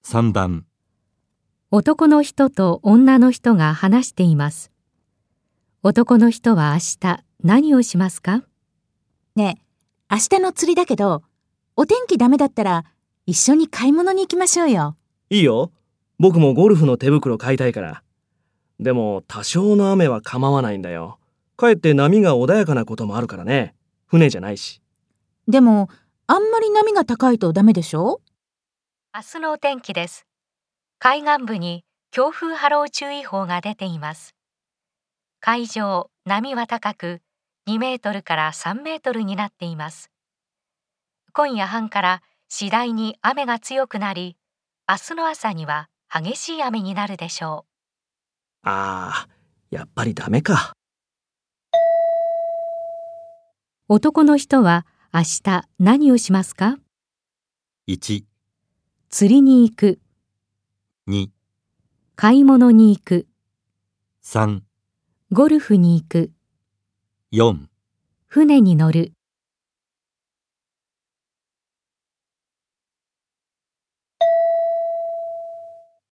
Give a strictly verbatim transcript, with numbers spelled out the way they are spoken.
さんばん、 男の人と女の人が話しています。男の人は明日何をしますか？ ねえ、明日の釣りだけど、お天気ダメだったら一緒に買い物に行きましょうよ。 いいよ。僕もゴルフの手袋買いたいから。でも多少の雨は構わないんだよ。かえって波が穏やかなこともあるからね。船じゃないし。 でも、あんまり波が高いとダメでしょ？ 明日のお天気です。海岸部に強風波浪注意報が出ています。海上、波は高くにメートルからさんメートルになっています。今夜半から次第に雨が強くなり、明日の朝には激しい雨になるでしょう。 ああ、やっぱりダメか。 男の人は明日何をしますか？ いち、 釣りに行く、 に、 買い物に行く、 さん、 ゴルフに行く、 よん、 船に乗る。